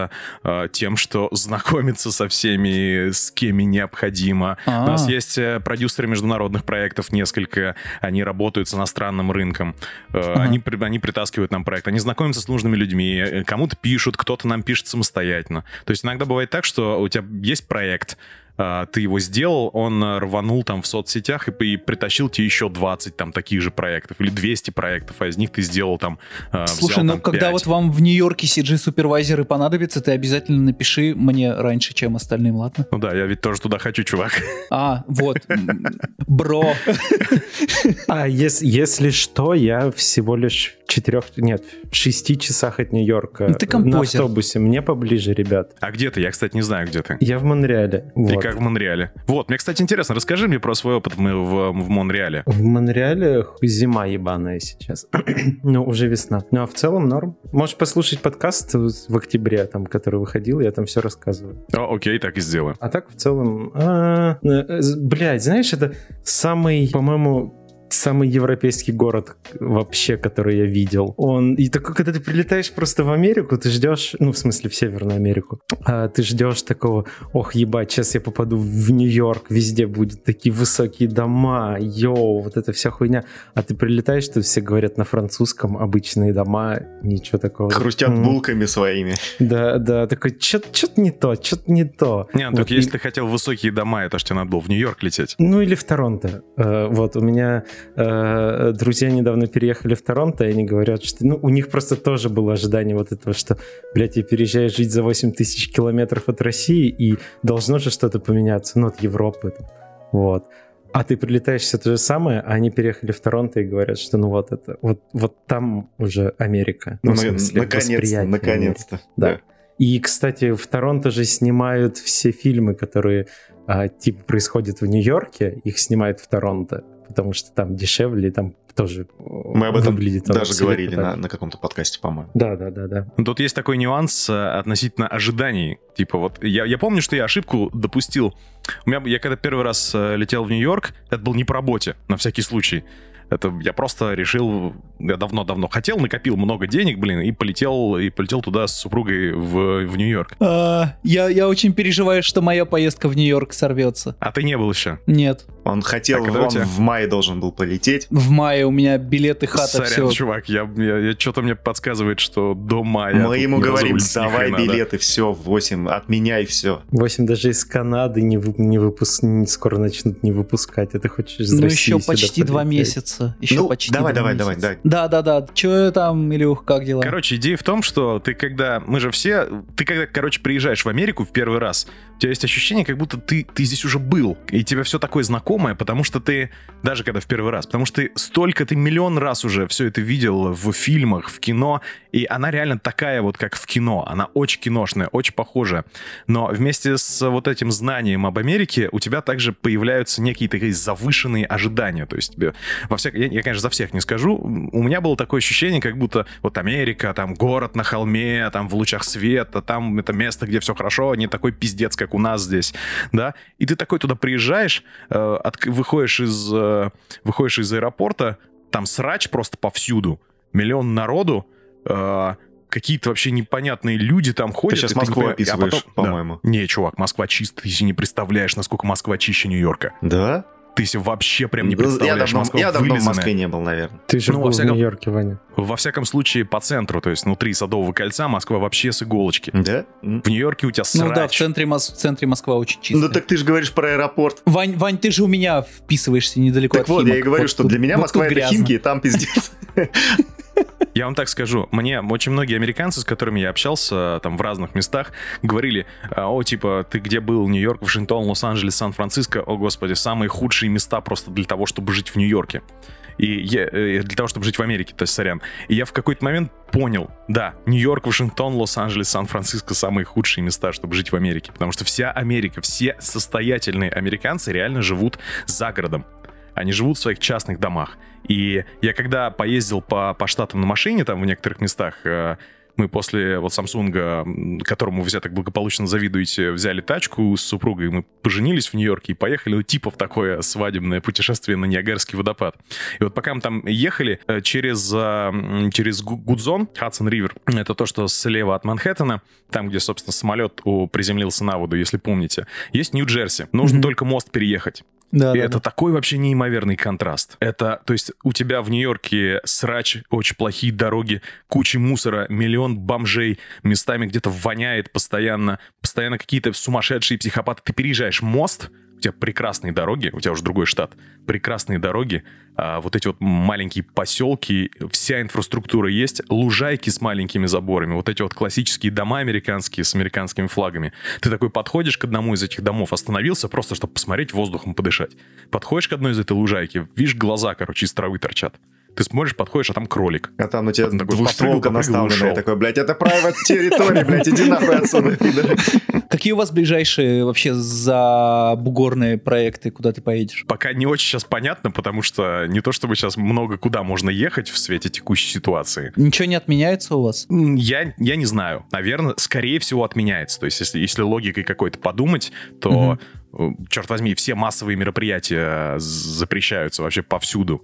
тем, что знакомится со всеми, с кем необходимо. У нас есть продюсеры международных проектов несколько. Они работают с иностранным рынком. Они притаскивают нам проект. Они знакомятся с нужными людьми. Кому-то пишут, кто-то нам пишет самостоятельно. То есть иногда бывает так, что у тебя есть проект, ты его сделал, он рванул там в соцсетях и притащил тебе еще 20 там таких же проектов или 200 проектов, а из них ты сделал там Слушай, взял, ну там, когда 5. вот вам в Нью-Йорке CG-супервайзеры понадобятся, ты обязательно напиши мне раньше, чем остальным, ладно? Ну да, я ведь тоже туда хочу, чувак. Вот. Бро. А если что, я всего лишь в 6 часах от Нью-Йорка Ну, ты композер. на автобусе. Мне поближе, ребят. А где ты? Я, кстати, не знаю, где ты. Я в Монреале. И Вот. как в Монреале. Вот, мне, кстати, интересно, расскажи мне про свой опыт в Монреале. В Монреале зима ебаная сейчас. Ну, уже весна. Ну, а в целом норм. Можешь послушать подкаст в октябре, там, который выходил, я там все рассказываю. Окей, так и сделаю. А так в целом... Блядь, знаешь, это самый, по-моему, самый европейский город вообще, который я видел. И такой, когда ты прилетаешь просто в Америку, ты ждешь, ну, в смысле, в Северную Америку, ты ждешь такого, ох, ебать, сейчас я попаду в Нью-Йорк, везде будут такие высокие дома, йоу, вот эта вся хуйня. А ты прилетаешь, тут все говорят на французском, обычные дома, ничего такого. Хрустят булками своими. Да, такой, что-то не то. Не, ну, Вот, только если ты хотел высокие дома, это ж тебе надо было в Нью-Йорк лететь. Ну, или в Торонто. Вот, у меня друзья недавно переехали в Торонто, и они говорят, что у них просто тоже было ожидание вот этого, что, блядь, я переезжаю жить за 8 тысяч километров от России, и должно же что-то поменяться, от Европы. Вот. А ты прилетаешь, все то же самое, а они переехали в Торонто и говорят, что вот там уже Америка. Ну, в смысле, восприятие наконец-то. Америки. Да. И, кстати, в Торонто же снимают все фильмы, которые типа происходят в Нью-Йорке, их снимают в Торонто, потому что там дешевле, и там тоже Мы об этом выглядит даже говорили так. на каком-то подкасте, по-моему. Да. Ну, тут есть такой нюанс относительно ожиданий. Типа вот, я помню, что я ошибку допустил. Я когда первый раз летел в Нью-Йорк, это был не по работе, на всякий случай. Это я просто решил, я давно-давно хотел, накопил много денег, и полетел туда с супругой в Нью-Йорк. Я очень переживаю, что моя поездка в Нью-Йорк сорвется. А ты не был еще? Нет. Он хотел, А он в мае должен был полететь. В мае у меня билеты, хата, Сорян, все. чувак, что-то мне подсказывает, что до мая... Мы ему не говорим, разрулить ни давай хрена, да. билеты, все, в 8, отменяй все. 8 даже из Канады скоро начнут не выпускать. Это хочешь из Ну, России еще сюда почти 2 полететь? месяца. Еще Ну, почти давай, 2 давай, месяца. давай. Да. Че там, Илюх, как дела? Короче, идея в том, что ты когда приезжаешь в Америку в первый раз, у тебя есть ощущение, как будто ты здесь уже был, и тебе все такое знакомое, потому что ты, даже когда в первый раз, потому что ты миллион раз уже все это видел в фильмах, в кино, и она реально такая вот, как в кино, она очень киношная, очень похожая, но вместе с вот этим знанием об Америке у тебя также появляются некие такие завышенные ожидания, то есть тебе, я, конечно, за всех не скажу, у меня было такое ощущение, как будто вот Америка, там город на холме, там в лучах света, там это место, где все хорошо, не такой пиздец, как у нас здесь, да, и ты такой туда приезжаешь, выходишь из аэропорта, там срач просто повсюду, миллион народу, какие-то вообще непонятные люди там ходят. Ты сейчас Москву описываешь, по-моему. Да. Не, чувак, Москва чистая, ты себе не представляешь, насколько Москва чище Нью-Йорка. Да? Ты себе вообще прям не представляешь. Я давно в Москве не был, наверное. Ты же был в Нью-Йорке, Ваня. Во всяком случае, по центру, то есть внутри Садового кольца Москва вообще с иголочки. Да? В Нью-Йорке у тебя срач. Ну да, в центре Москва очень чистая. Ну так ты же говоришь про аэропорт. Вань, ты же у меня вписываешься недалеко так от вот, Химок. я и говорю, что для меня Москва это Химки, и там пиздец. Я вам так скажу, мне очень многие американцы, с которыми я общался там в разных местах, говорили, ты где был? Нью-Йорк, Вашингтон, Лос-Анджелес, Сан-Франциско, о господи, самые худшие места просто для того, чтобы жить в Нью-Йорке. И для того, чтобы жить в Америке, то есть, сорян. И я в какой-то момент понял, да, Нью-Йорк, Вашингтон, Лос-Анджелес, Сан-Франциско самые худшие места, чтобы жить в Америке. Потому что вся Америка, все состоятельные американцы реально живут за городом. Они живут в своих частных домах. И я когда поездил по штатам на машине, там в некоторых местах, мы после вот Samsung, которому вы так благополучно завидуете, взяли тачку с супругой, мы поженились в Нью-Йорке и поехали типа в такое свадебное путешествие на Ниагарский водопад. И вот пока мы там ехали через Гудзон, Хадсон-Ривер, это то, что слева от Манхэттена, там, где, собственно, самолет приземлился на воду, если помните, есть Нью-Джерси. Нужно только мост переехать. Да, и это такой вообще неимоверный контраст. То есть у тебя в Нью-Йорке срач, очень плохие дороги, куча мусора, миллион бомжей, местами где-то воняет постоянно какие-то сумасшедшие психопаты. Ты переезжаешь мост, у тебя прекрасные дороги, у тебя уже другой штат, прекрасные дороги, вот эти вот маленькие поселки, вся инфраструктура есть, лужайки с маленькими заборами, вот эти вот классические дома американские с американскими флагами. Ты такой подходишь к одному из этих домов, остановился просто, чтобы посмотреть, воздухом подышать. Подходишь к одной из этой лужайки, видишь, глаза, из травы торчат. Ты смотришь, подходишь, а там кролик. А там на тебя двухстволка наставленная. Такой, блядь, это private территория, блядь, иди нахуй отсюда. Какие у вас ближайшие вообще забугорные проекты, куда ты поедешь? Пока не очень сейчас понятно, потому что не то чтобы сейчас много куда можно ехать в свете текущей ситуации. Ничего не отменяется у вас? Я не знаю. Наверное, скорее всего, отменяется. То есть, если логикой какой-то подумать, то, черт возьми, все массовые мероприятия запрещаются вообще повсюду.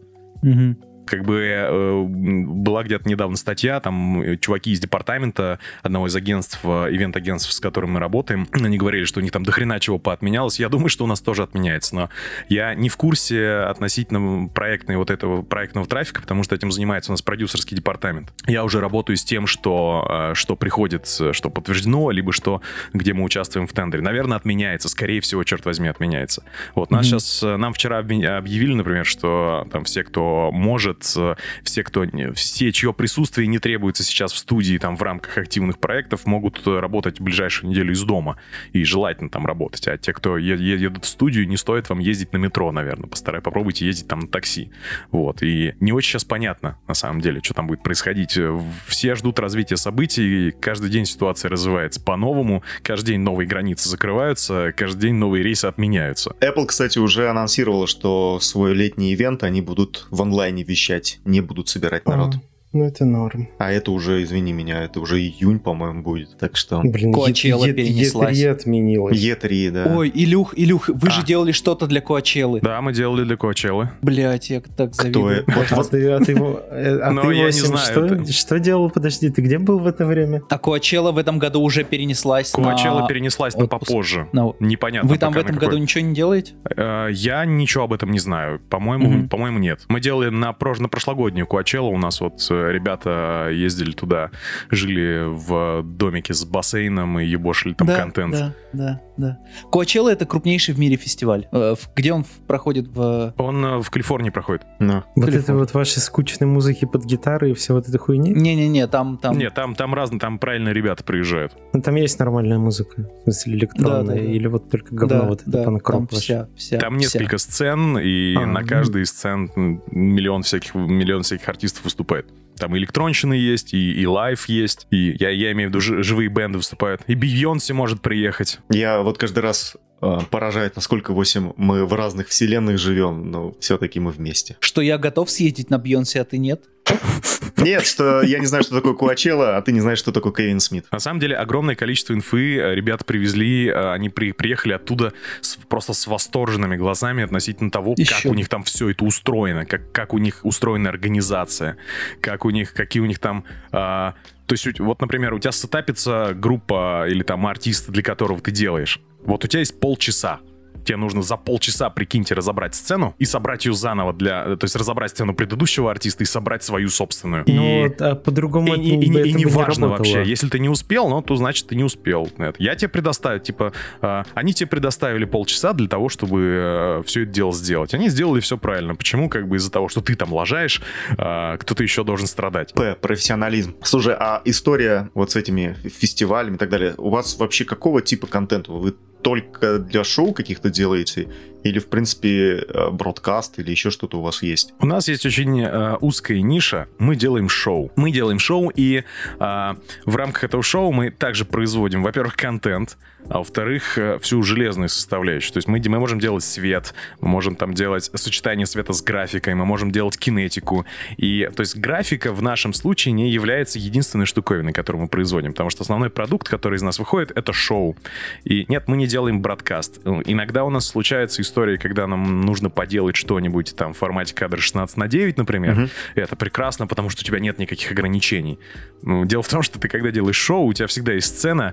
Была где-то недавно статья, там чуваки из департамента одного из агентств, ивент-агентств, с которым мы работаем, они говорили, что у них там дохрена чего поотменялось. Я думаю, что у нас тоже отменяется, но я не в курсе относительно проектного трафика, потому что этим занимается у нас продюсерский департамент. Я уже работаю с тем, что приходит, что подтверждено, либо где мы участвуем в тендере. Наверное, отменяется, скорее всего, черт возьми, отменяется. Вот, нам вчера объявили, например, что там все, кто может, все, чье присутствие не требуется сейчас в студии там в рамках активных проектов, могут работать в ближайшую неделю из дома. И желательно там работать. А те, кто едут в студию, не стоит вам ездить на метро, наверное. Попробуйте ездить там на такси. Вот. И не очень сейчас понятно, на самом деле, что там будет происходить. Все ждут развития событий. Каждый день ситуация развивается по-новому. Каждый день новые границы закрываются. Каждый день новые рейсы отменяются. Apple, кстати, уже анонсировала, что свой летний ивент они будут в онлайне вещать, не будут собирать народ. Ну, это норм. А это уже, извини меня, это уже июнь, по-моему, будет. Так что... Блин, Коачелла перенеслась. E3 отменилась. E3, да. Ой, Илюх, вы же делали что-то для Коачеллы. Да, мы делали для Коачеллы. Блять, я так Кто завидую. это? А ты его, Но я не знаю, что делал? Подожди, ты где был в это время? А Коачелла в этом году уже перенеслась Коачелла на... перенеслась, но отпуск. попозже. на- Непонятно. Вы там в пока на этом какой. году ничего не делаете? Я ничего об этом не знаю. По-моему, нет. Мы делали на прошлогоднюю Коачеллу. У нас вот ребята ездили туда, жили в домике с бассейном и ебошили там контент. Да. Коачелла — это крупнейший в мире фестиваль. Где он проходит в... Он в Калифорнии проходит. Ну. Вот Телефон. это вот ваши скучные музыки под гитары и все вот этой хуйни? Не-не-не, там... Нет, там разные, там правильные ребята приезжают. Ну, там есть нормальная музыка, в смысле электронная, Да. или вот только говно вот это там панк-рок ваш? вся. Там несколько сцен, и на каждой из сцен миллион всяких артистов выступает. Там и электронщины есть, и лайв есть, и я имею в виду живые бенды выступают. И Бейонсе может приехать. Я вот каждый раз поражает, насколько, мы в разных вселенных живем, но все-таки мы вместе. Что я готов съездить на Бейонсе, а ты нет? Нет, что я не знаю, что такое Коачелла, а ты не знаешь, что такое Кевин Смит. На самом деле, огромное количество инфы ребята привезли, они приехали оттуда просто с восторженными глазами относительно того, Еще как у них там все это устроено, как у них устроена организация, какие у них там... То есть, вот, например, у тебя сетапится группа или там артист, для которого ты делаешь. Вот у тебя есть полчаса. Тебе нужно за полчаса, прикиньте, разобрать сцену и собрать ее заново то есть разобрать сцену предыдущего артиста и собрать свою собственную. Ну, а по-другому это И бы не важно работало. вообще. Если ты не успел, то значит ты не успел. Я тебе предоставил, они тебе предоставили полчаса для того, чтобы все это дело сделать. Они сделали все правильно. Почему? Из-за того, что ты там лажаешь, кто-то еще должен страдать. Профессионализм. Слушай, а история вот с этими фестивалями и так далее, у вас вообще какого типа контента? Вы только для шоу каких-то делаете? Или, в принципе, бродкаст или еще что-то у вас есть? У нас есть очень узкая ниша. Мы делаем шоу. И в рамках этого шоу мы также производим, во-первых, контент, а во-вторых, всю железную составляющую. То есть мы можем делать свет, мы можем там делать сочетание света с графикой, мы можем делать кинетику. То есть графика в нашем случае не является единственной штуковиной, которую мы производим, потому что основной продукт, который из нас выходит, это шоу. И нет, мы не делаем бродкаст. Иногда у нас случается история, когда нам нужно поделать что-нибудь там в формате кадра 16:9, например. И это прекрасно, потому что у тебя нет никаких ограничений. Дело в том, что ты, когда делаешь шоу, у тебя всегда есть сцена,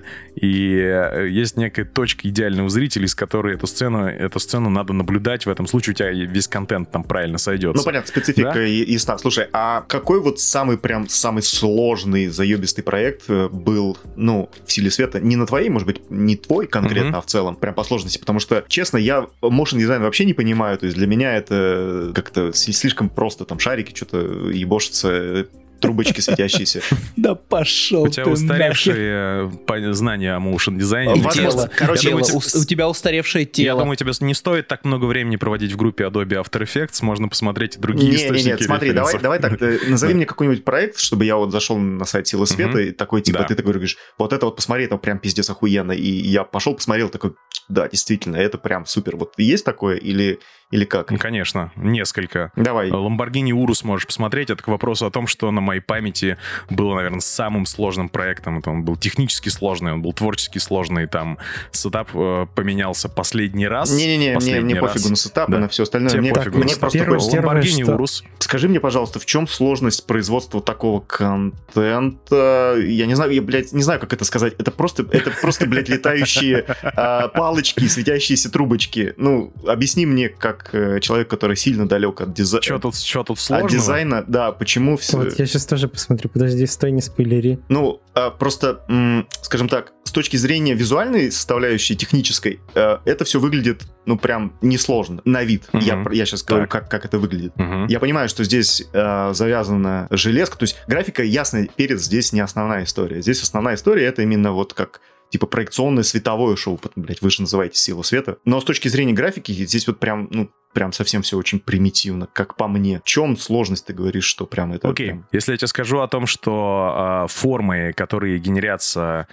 и есть некая точка идеального зрителя, из которой эту сцену надо наблюдать. В этом случае у тебя весь контент там правильно сойдется. Ну, понятно, специфика ясна. Слушай, а какой вот самый сложный, заебистый проект был, в «Силе света»? Не на твоей, может быть, не твой конкретно, а в целом, прям по сложности. Потому что, честно, я motion дизайн вообще не понимаю. То есть для меня это как-то слишком просто. Там шарики, что-то ебошатся, трубочки светящиеся. Да пошел У тебя устаревшие знания о моушн дизайне. тело. У тебя устаревшее тело. Я думаю, тебе не стоит так много времени проводить в группе Adobe After Effects. Можно посмотреть другие источники. Нет, смотри, давай так, назови мне какой-нибудь проект, чтобы я вот зашел на сайт «Силы света», и такой, ты такой говоришь, вот это вот посмотри, это прям пиздец охуенно. И я пошел, посмотрел, такой, да, действительно, это прям супер. Вот есть такое или как? Конечно, несколько. Давай. Lamborghini Urus можешь посмотреть. Это к вопросу о том, что на моей памяти было, наверное, самым сложным проектом. Это он был технически сложный, он был творчески сложный. Там сетап поменялся последний раз. Не пофигу на сетап, на все остальное. Мне просто Lamborghini Urus. Скажи мне, пожалуйста, в чем сложность производства такого контента? Я не знаю, не знаю, как это сказать. Это просто, блядь, летающие палочки, светящиеся трубочки. Объясни мне, как человек, который сильно далек от дизайна. Что тут сложного? От дизайна, да, почему все... Вот я сейчас тоже посмотрю, подожди, стой, не спойлери. Просто, скажем так, с точки зрения визуальной составляющей, технической, это все выглядит, прям несложно, на вид. Я сейчас говорю, как это выглядит. Я понимаю, что здесь завязана железка, то есть графика, ясно, перец здесь не основная история. Здесь основная история — это именно вот как... типа проекционное световое шоу, блядь, вы же называете «Сила света». Но с точки зрения графики здесь вот прям совсем все очень примитивно, как по мне. В чем сложность, ты говоришь, что прям это... Окей, если я тебе скажу о том, что формы, которые генерятся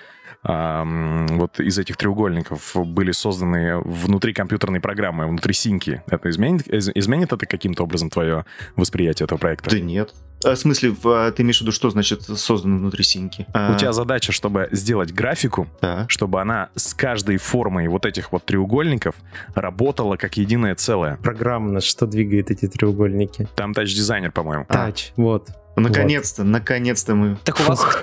вот из этих треугольников, были созданы внутри компьютерной программы, внутри синки, это изменит это каким-то образом твое восприятие этого проекта? Да нет. В смысле, ты имеешь в виду, что значит создано внутри синьки? У тебя задача, чтобы сделать графику, Да. чтобы она с каждой формой вот этих вот треугольников работала как единое целое. Программно, что двигает эти треугольники? Там тач-дизайнер, по-моему. Тач, вот. Наконец-то мы... Так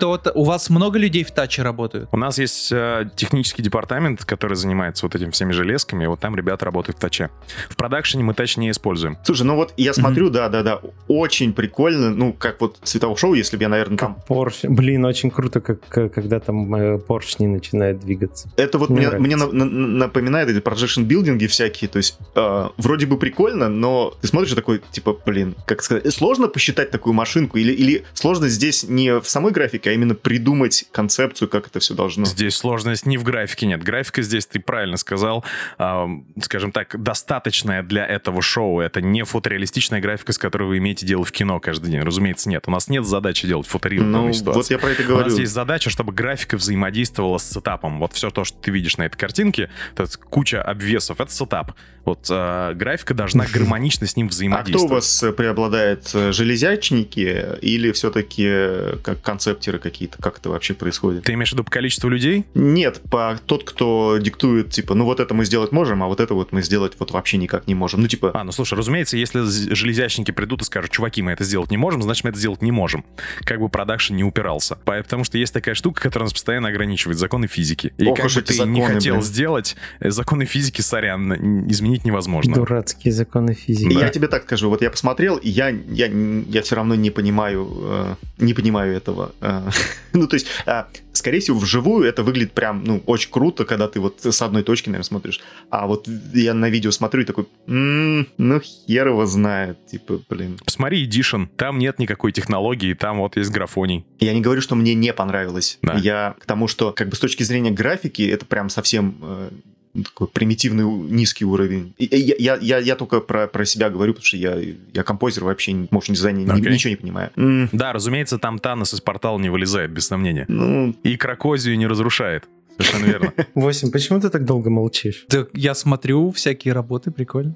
у вас много людей в таче работают? У нас есть технический департамент, который занимается вот этими всеми железками, и вот там ребята работают в таче. В продакшене мы тач не используем. Слушай, ну вот я смотрю, да, очень прикольно, ну, как вот световое шоу, если бы я, наверное, там... Поршень. Блин, очень круто, когда там поршни начинают двигаться. Это вот Мне мне напоминает эти projection билдинги всякие, то есть вроде бы прикольно, но ты смотришь и такой, типа, блин, как сказать, сложно посчитать такую машинку, или сложность здесь не в самой графике, а именно придумать концепцию, как это все должно. Здесь сложность не в графике, нет. Графика здесь, ты правильно сказал, скажем так, достаточная для этого шоу. Это не фотореалистичная графика, с которой вы имеете дело в кино каждый день. Разумеется, нет. У нас нет задачи делать фотореалистичную ситуацию. Вот я про это У говорю. нас есть задача, чтобы графика взаимодействовала с сетапом. Вот все то, что ты видишь на этой картинке, это куча обвесов, это сетап. Вот графика должна гармонично с ним А кто у взаимодействовать. вас преобладает, железячники или все-таки как концептеры какие-то? Как это вообще происходит? Ты имеешь в виду по количеству людей? Нет, тот, кто диктует, типа, ну вот это мы сделать можем, а вот это вот мы сделать вот вообще никак не можем. Ну, типа... Ну слушай, разумеется, если железячники придут и скажут, чуваки, мы это сделать не можем, значит, мы это сделать не можем. Как бы продакшн не упирался. Потому что есть такая штука, которая нас постоянно ограничивает, законы физики. И Ох как уж бы эти ты не законы, хотел блин. сделать, законы физики, сорян, изменить невозможно. Дурацкие законы физики. Я тебе так скажу, вот я посмотрел, и я все равно не понимаю этого. Ну, то есть, скорее всего, вживую это выглядит прям, ну, очень круто, когда ты вот с одной точки, наверное, смотришь. А вот я на видео смотрю и такой, ну, хер его знает, типа, блин. Посмотри Edition, там нет никакой технологии, там вот есть графоний. Я не говорю, что мне не понравилось. Да. Я к тому, что, как бы, с точки зрения графики, это прям совсем... такой примитивный низкий уровень. Я только про себя говорю, потому что я композер вообще, в моушн-дизайне ничего не понимаю. Да, разумеется, там Танос из портала не вылезает, без сомнения. Ну, И Кракозию не разрушает. Совершенно верно. 8, почему ты так долго молчишь? Да, я смотрю всякие работы, прикольно.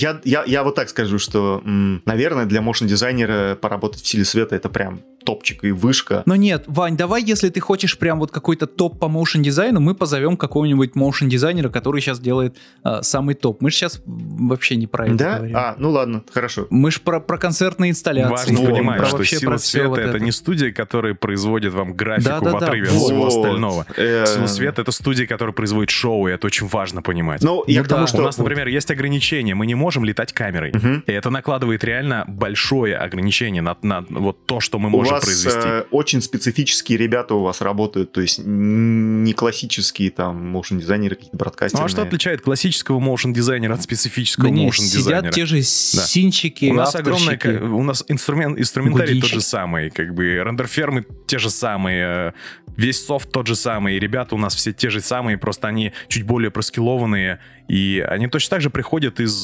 я вот так скажу, что, наверное, для моушн-дизайнера поработать в силе света это прям топчик и вышка. Но нет, Вань, давай, если ты хочешь прям вот какой-то топ по моушн-дизайну, мы позовем какого-нибудь моушн-дизайнера, который сейчас делает самый топ. Мы же сейчас вообще не про это Да? говорим. Ну ладно, хорошо. Мы же про концертные инсталляции. Важно Вот, понимать, про что вообще «Сила про всё света» вот это не студия, которая производит вам графику в Да-да-да, отрыве от вот. всего остального. Э, «Сила света» — это студия, которая производит шоу, и это очень важно понимать. Ну, я Ну к тому, да. что... У нас, например, есть ограничения, мы не можем летать камерой. Мгм. И это накладывает реально большое ограничение на вот то, что мы У можем вас произвести. очень специфические ребята у вас работают, то есть не классические там моушн-дизайнеры, какие-то Ну бродкастерные. а что отличает классического моушн-дизайнера от специфического Да не, моушн-дизайнера? сидят те же синчики, У нас авторщики. у нас инструментарий тот Гудинщик. же самый, как бы рендер-фермы те же самые, весь софт тот же самый, ребята у нас все те же самые, просто они чуть более проскиллованные, и они точно так же приходят из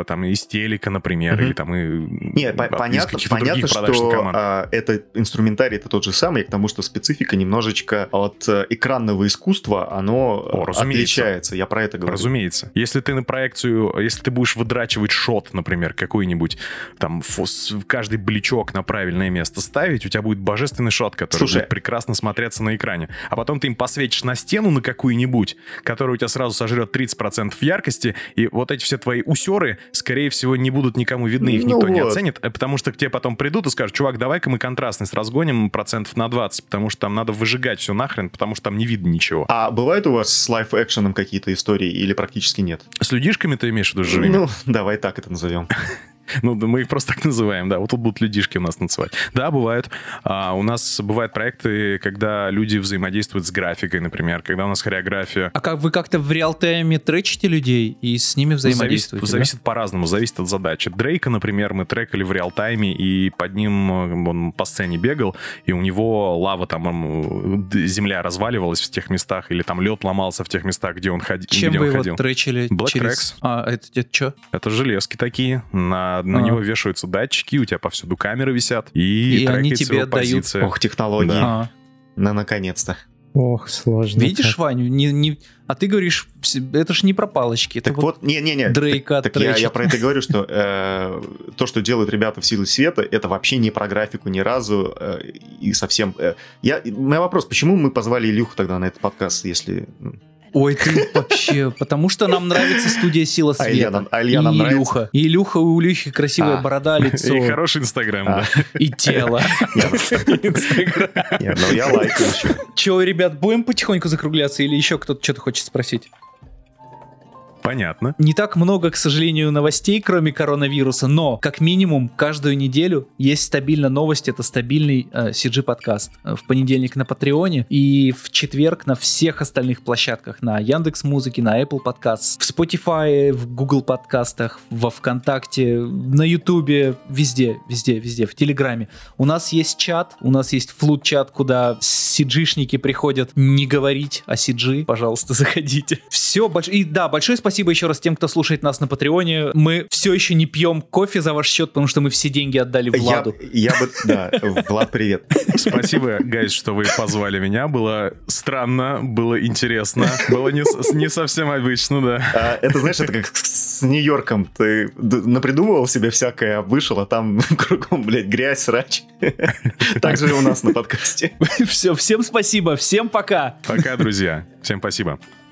телека, например, Мгм. или там Не, из понятно, каких-то других продакшн что команд. это инструментарий это тот же самый, к тому, что специфика немножечко от экранного искусства, оно разумеется. отличается. Я про это говорю. Разумеется. Если ты на проекцию, если ты будешь выдрачивать шот, например, какой-нибудь, там, каждый бличок на правильное место ставить, у тебя будет божественный шот, который Слушай. будет прекрасно смотреться на экране. А потом ты им посветишь на стену на какую-нибудь, которая у тебя сразу сожрет 30% яркости, и вот эти все твои усеры, скорее всего, не будут никому видны, их Ну никто не вот. оценит, потому что к тебе потом придут и скажут, чувак, давай-ка мы контрастность разгоним процентов на 20, потому что там надо выжигать все нахрен, потому что там не видно ничего. А бывает у вас с лайф-экшеном какие-то истории или практически нет? С людишками ты имеешь в виду живыми? Ну, давай так это назовем. Ну, да, мы их просто так называем, да. Вот тут будут людишки у нас танцевать. Да, бывают. У нас бывают проекты, когда люди взаимодействуют с графикой, например, когда у нас хореография. А как вы как-то в реал-тайме тречите людей и с ними взаимодействуете? Зависит по-разному, зависит от задачи. Дрейка, например, мы трекали в реал-тайме, и под ним он по сцене бегал, и у него лава там, земля разваливалась в тех местах, или там лед ломался в тех местах, где он ходил. Чем где вы он его ходил. тречили? Black через... Tracks. Это что? Это железки такие, на него вешаются датчики, у тебя повсюду камеры висят, и они трекается тебе его отдают- позиция. Ох, технологии. Да. Ну, наконец-то. Ох, сложно. Видишь, как. Вань, а ты говоришь, это ж не про палочки. Это Так вот, не-не-не. Дрейка Так я про это говорю, что то, что делают ребята в «Силе света», это вообще не про графику ни разу и совсем... Мой вопрос, почему мы позвали Илюху тогда на этот подкаст, если... Ой, ты вообще... Потому что нам нравится студия «Сила света». Илья нам нравится. И Илюха, у Илюхи красивая борода, лицо. И хороший Инстаграм, да. И тело. Нет, ну я лайкаю еще. Че, ребят, будем потихоньку закругляться или еще кто-то что-то хочет спросить? Понятно. Не так много, к сожалению, новостей, кроме коронавируса, но как минимум каждую неделю есть стабильно новости. Это стабильный CG-подкаст. В понедельник на Патреоне и в четверг на всех остальных площадках. На Яндекс.Музыке, на Apple Podcasts, в Spotify, в Google подкастах, во Вконтакте, на Ютубе, везде, в Телеграме. У нас есть чат, у нас есть флут-чат, куда CG-шники приходят не говорить о CG. Пожалуйста, заходите. Все, и да, большое спасибо еще раз тем, кто слушает нас на Патреоне. Мы все еще не пьем кофе за ваш счет, потому что мы все деньги отдали Владу. Да, Влад, привет. Спасибо, гайз, что вы позвали меня. Было странно, было интересно. Было не совсем обычно, да. Это, знаешь, это как с Нью-Йорком. Ты напридумывал себе всякое, вышел, а там кругом, блядь, грязь, срач. Так же и у нас на подкасте. Все, всем спасибо, всем пока. Пока, друзья. Всем спасибо.